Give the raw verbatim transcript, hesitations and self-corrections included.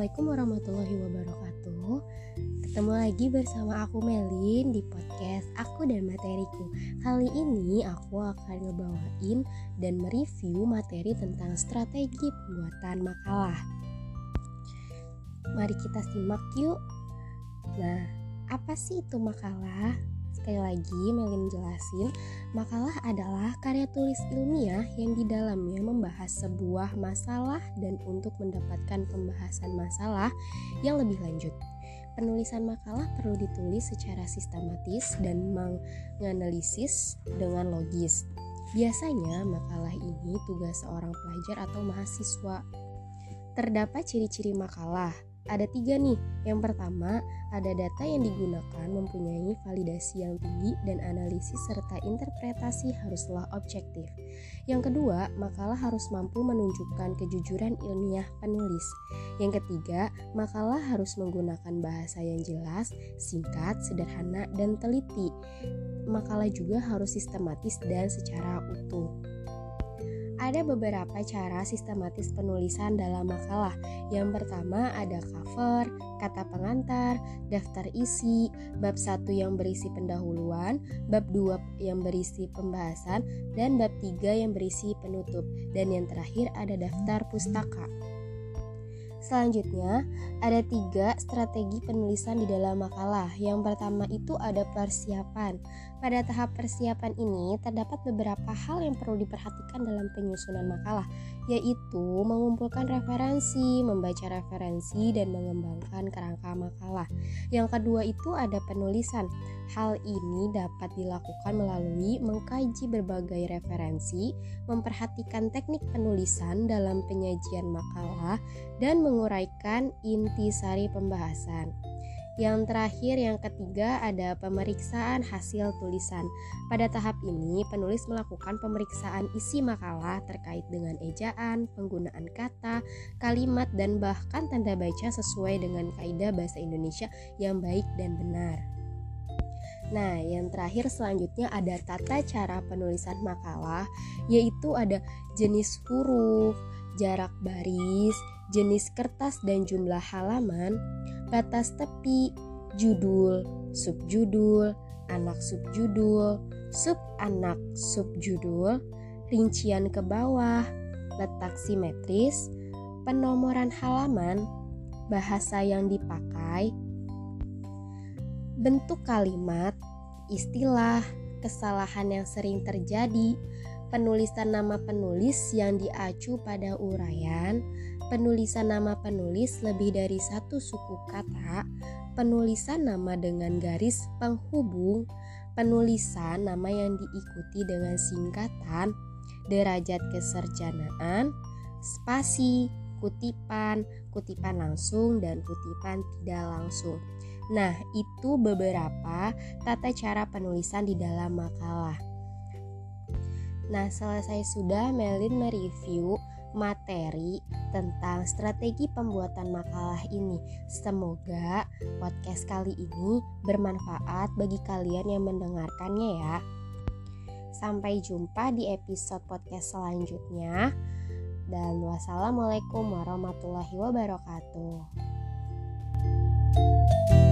Assalamualaikum warahmatullahi wabarakatuh. Ketemu lagi bersama aku Melin di podcast Aku dan Materiku. Kali ini aku akan ngebawain dan mereview materi tentang strategi pembuatan makalah. Mari kita simak yuk. Nah, apa sih itu makalah? Sekali lagi Melin jelasin, makalah adalah karya tulis ilmiah yang di dalamnya membahas sebuah masalah dan untuk mendapatkan pembahasan masalah yang lebih lanjut. Penulisan makalah perlu ditulis secara sistematis dan menganalisis dengan logis. Biasanya makalah ini tugas seorang pelajar atau mahasiswa. Terdapat ciri-ciri makalah. Ada tiga nih. Yang pertama, ada data yang digunakan mempunyai validasi yang tinggi dan analisis serta interpretasi haruslah objektif. Yang kedua, makalah harus mampu menunjukkan kejujuran ilmiah penulis. Yang ketiga, makalah harus menggunakan bahasa yang jelas, singkat, sederhana, dan teliti. Makalah juga harus sistematis dan secara utuh. Ada beberapa cara sistematis penulisan dalam makalah. Yang pertama ada cover, kata pengantar, daftar isi, bab satu yang berisi pendahuluan, bab dua yang berisi pembahasan, dan bab tiga yang berisi penutup. Dan yang terakhir ada daftar pustaka. Selanjutnya, ada tiga strategi penulisan di dalam makalah. Yang pertama itu ada persiapan. Pada tahap persiapan ini, terdapat beberapa hal yang perlu diperhatikan dalam penyusunan makalah, yaitu mengumpulkan referensi, membaca referensi, dan mengembangkan kerangka makalah. Yang kedua itu ada penulisan. Hal ini dapat dilakukan melalui mengkaji berbagai referensi, memperhatikan teknik penulisan dalam penyajian makalah, dan menguraikan intisari pembahasan. Yang terakhir, yang ketiga ada pemeriksaan hasil tulisan. Pada tahap ini, penulis melakukan pemeriksaan isi makalah terkait dengan ejaan, penggunaan kata, kalimat, dan bahkan tanda baca sesuai dengan kaidah bahasa Indonesia yang baik dan benar. Nah, yang terakhir selanjutnya ada tata cara penulisan makalah, yaitu ada jenis huruf, jarak baris, jenis kertas dan jumlah halaman, batas tepi, judul, subjudul, anak subjudul, sub-anak subjudul, rincian ke bawah, letak simetris, penomoran halaman, bahasa yang dipakai, bentuk kalimat, istilah, kesalahan yang sering terjadi, penulisan nama penulis yang diacu pada uraian, penulisan nama penulis lebih dari satu suku kata, penulisan nama dengan garis penghubung, penulisan nama yang diikuti dengan singkatan, derajat keserjanaan, spasi, kutipan, kutipan langsung, dan kutipan tidak langsung. Nah, itu beberapa tata cara penulisan di dalam makalah. Nah, selesai sudah Melin mereview materi tentang strategi pembuatan makalah ini. Semoga podcast kali ini bermanfaat bagi kalian yang mendengarkannya ya. Sampai jumpa di episode podcast selanjutnya. Dan wassalamualaikum warahmatullahi wabarakatuh.